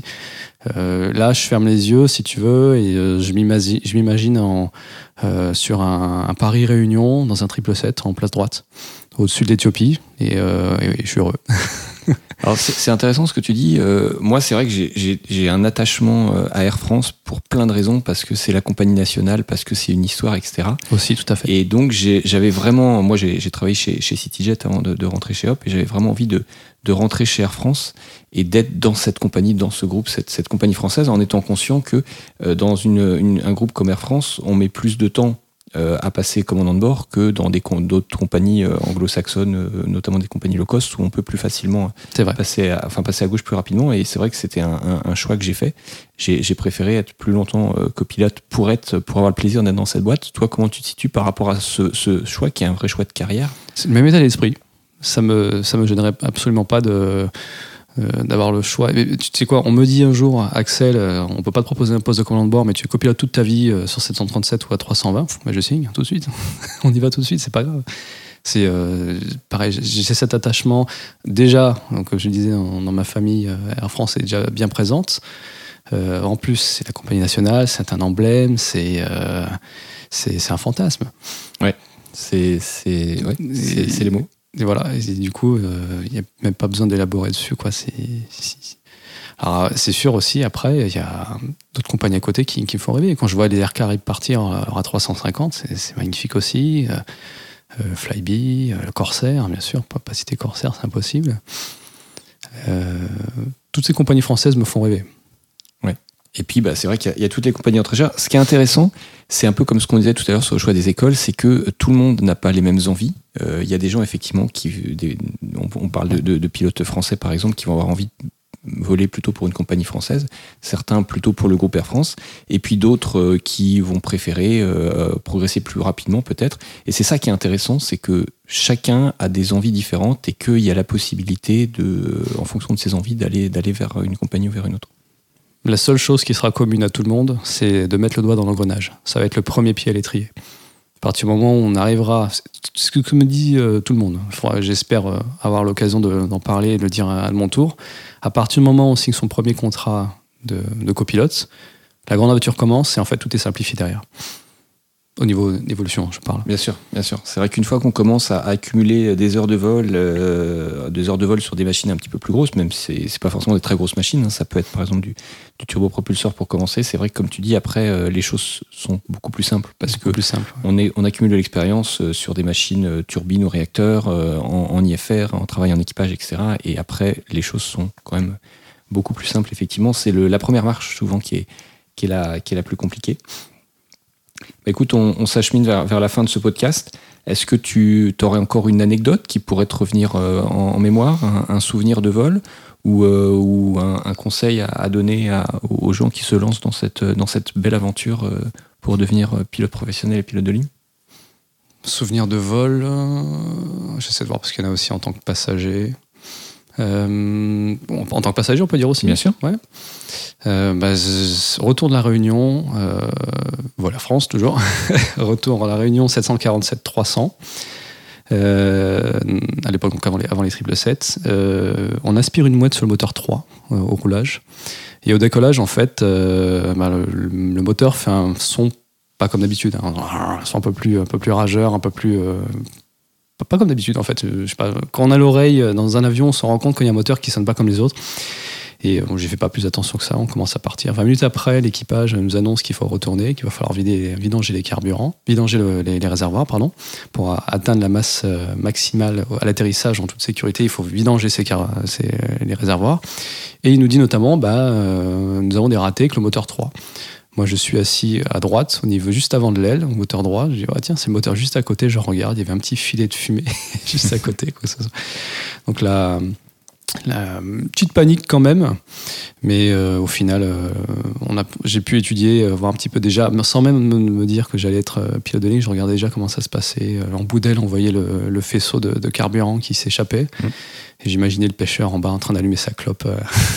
Là, je ferme les yeux, si tu veux, et je m'imagine sur un Paris-Réunion, dans un 777 en place droite, au-dessus de l'Éthiopie, et je suis heureux. Alors c'est intéressant ce que tu dis. Moi, c'est vrai que j'ai un attachement à Air France pour plein de raisons, parce que c'est la compagnie nationale, parce que c'est une histoire, etc. Aussi, tout à fait. Et donc j'avais vraiment, moi j'ai travaillé chez CityJet avant de rentrer chez Hop, et j'avais vraiment envie de rentrer chez Air France et d'être dans cette compagnie, dans ce groupe, cette compagnie française, en étant conscient que dans un groupe comme Air France, on met plus de temps à passer commandant de bord que dans d'autres compagnies anglo-saxonnes, notamment des compagnies low cost, où on peut plus facilement passer à gauche plus rapidement. Et c'est vrai que c'était un choix que j'ai fait. J'ai préféré être plus longtemps copilote pour avoir le plaisir d'être dans cette boîte. Toi, comment tu te situes par rapport à ce choix qui est un vrai choix de carrière? C'est le même état d'esprit. Ça me gênerait absolument pas d'avoir le choix. Et tu sais quoi, on me dit un jour, Axel, on peut pas te proposer un poste de commandant de bord, mais tu es copilote toute ta vie sur 737 ou à 320, mais je signe tout de suite. On y va tout de suite, c'est pas grave. C'est pareil, j'ai cet attachement déjà, donc, comme je disais, dans ma famille, Air France est déjà bien présente. En plus, c'est la compagnie nationale, c'est un emblème, c'est un fantasme. Ouais, c'est les mots. Et voilà, et du coup, il n'y a même pas besoin d'élaborer dessus, quoi. Alors, c'est sûr aussi, après, il y a d'autres compagnies à côté qui me font rêver. Quand je vois les Air Caraïbes partir à 350, c'est magnifique aussi. Flybe, Corsair, bien sûr, pas citer Corsair, c'est impossible. Toutes ces compagnies françaises me font rêver. Ouais. Et puis, c'est vrai qu'il y a toutes les compagnies étrangères. Ce qui est intéressant, c'est un peu comme ce qu'on disait tout à l'heure sur le choix des écoles, c'est que tout le monde n'a pas les mêmes envies. Il y a des gens, effectivement, on parle de pilotes français, par exemple, qui vont avoir envie de voler plutôt pour une compagnie française, certains plutôt pour le groupe Air France, et puis d'autres qui vont préférer progresser plus rapidement, peut-être. Et c'est ça qui est intéressant, c'est que chacun a des envies différentes et qu'il y a la possibilité, en fonction de ses envies, d'aller vers une compagnie ou vers une autre. La seule chose qui sera commune à tout le monde, c'est de mettre le doigt dans l'engrenage. Ça va être le premier pied à l'étrier. À partir du moment où on arrivera, c'est ce que me dit tout le monde, j'espère avoir l'occasion d'en parler et de le dire à mon tour, à partir du moment où on signe son premier contrat de copilote, la grande aventure commence et en fait tout est simplifié derrière. Au niveau d'évolution, je parle. Bien sûr, bien sûr. C'est vrai qu'une fois qu'on commence à accumuler des heures de vol sur des machines un petit peu plus grosses, même si c'est pas forcément des très grosses machines, hein, ça peut être par exemple du turbopropulseur pour commencer. C'est vrai que comme tu dis, après les choses sont beaucoup plus simples parce que on accumule de l'expérience sur des machines turbines ou réacteurs, en IFR, en travail en équipage, etc. Et après, les choses sont quand même beaucoup plus simples. Effectivement, c'est la première marche souvent qui est la plus compliquée. Écoute, on s'achemine vers la fin de ce podcast. Est-ce que tu aurais encore une anecdote qui pourrait te revenir en mémoire, un souvenir de vol ou un conseil à donner aux gens qui se lancent dans cette belle aventure pour devenir pilote professionnel et pilote de ligne? Souvenir de vol, j'essaie de voir parce qu'il y en a aussi en tant que passager. En tant que passager, on peut dire aussi. Bien sûr. Ouais. Retour de la Réunion, voilà, France toujours. Retour à la Réunion 747-300. À l'époque, donc avant les 777. On aspire une mouette sur le moteur 3 au roulage. Et au décollage, en fait, le moteur fait un son pas comme d'habitude, hein, un son un peu plus rageur, un peu plus... pas comme d'habitude, en fait. Je sais pas, quand on a l'oreille dans un avion, on se rend compte qu'il y a un moteur qui sonne pas comme les autres. Et j'ai fait pas plus attention que ça, on commence à partir. 20 minutes après, l'équipage nous annonce qu'il faut retourner, qu'il va falloir vidanger les carburants, vidanger les réservoirs, pour atteindre la masse maximale à l'atterrissage en toute sécurité. Il faut vidanger les réservoirs. Et il nous dit notamment, nous avons des ratés avec le moteur 3. Moi, je suis assis à droite, au niveau juste avant de l'aile, au moteur droit. Je dis, tiens, c'est le moteur juste à côté. Je regarde, il y avait un petit filet de fumée juste à côté. Donc là, la petite panique quand même, mais au final, j'ai pu étudier, voir un petit peu déjà, sans même me dire que j'allais être pilote de ligne. Je regardais déjà comment ça se passait. En bout d'aile, on voyait le faisceau de carburant qui s'échappait. Et j'imaginais le pêcheur en bas en train d'allumer sa clope.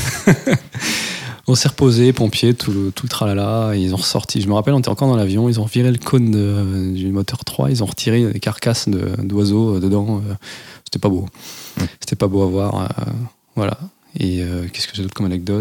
On s'est reposé, pompiers, tout le tralala, et ils ont ressorti. Je me rappelle, on était encore dans l'avion, ils ont viré le cône du moteur 3, ils ont retiré des carcasses d'oiseaux dedans. C'était pas beau. C'était pas beau à voir. Voilà. Et qu'est-ce que j'ai d'autre comme anecdote ?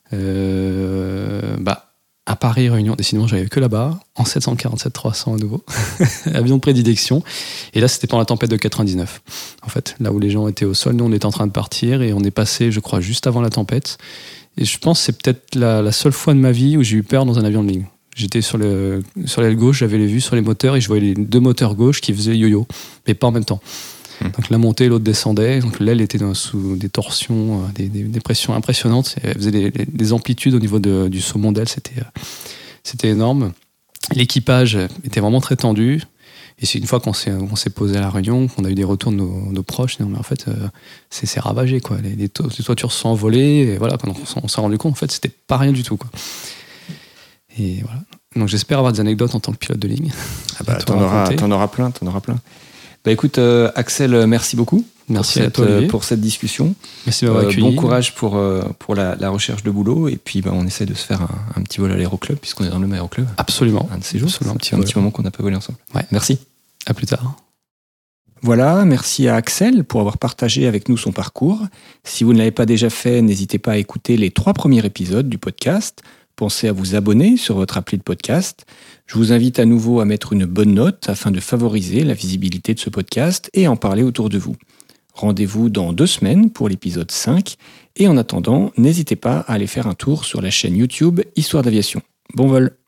À Paris, Réunion, décidément, j'arrivais que là-bas, en 747-300 à nouveau, avion de prédilection. Et là, c'était pendant la tempête de 99. En fait, là où les gens étaient au sol, nous, on était en train de partir, et on est passé, je crois, juste avant la tempête. Et je pense que c'est peut-être la seule fois de ma vie où j'ai eu peur dans un avion de ligne. J'étais sur l'aile gauche, j'avais les vues sur les moteurs, et je voyais les deux moteurs gauche qui faisaient yo-yo, mais pas en même temps. Donc l'un montait, l'autre descendait. Donc l'aile était sous des torsions, des pressions impressionnantes. Elle faisait des amplitudes au niveau du saumon d'aile. C'était énorme. L'équipage était vraiment très tendu. Et c'est une fois qu'on s'est posé à la Réunion, qu'on a eu des retours de nos proches, non mais en fait, c'est ravagé, quoi. Les toitures se sont envolées. Et voilà, quand on s'est rendu compte, en fait, c'était pas rien du tout, quoi. Et voilà. Donc j'espère avoir des anecdotes en tant que pilote de ligne. T'en auras plein. Écoute, Axel, merci beaucoup. Merci à toi, Olivier, pour cette discussion. Merci de m'avoir accueilli. Bon courage pour la recherche de boulot. Et puis, on essaie de se faire un petit vol à l'aéroclub, puisqu'on est dans le même aéroclub. Absolument. Un de ces jours. C'est un petit moment qu'on n'a pas volé ensemble. Ouais. Merci. À plus tard. Voilà, merci à Axel pour avoir partagé avec nous son parcours. Si vous ne l'avez pas déjà fait, n'hésitez pas à écouter les 3 premiers épisodes du podcast. Pensez à vous abonner sur votre appli de podcast. Je vous invite à nouveau à mettre une bonne note afin de favoriser la visibilité de ce podcast et en parler autour de vous. Rendez-vous dans 2 semaines pour l'épisode 5. Et en attendant, n'hésitez pas à aller faire un tour sur la chaîne YouTube Histoire d'aviation. Bon vol!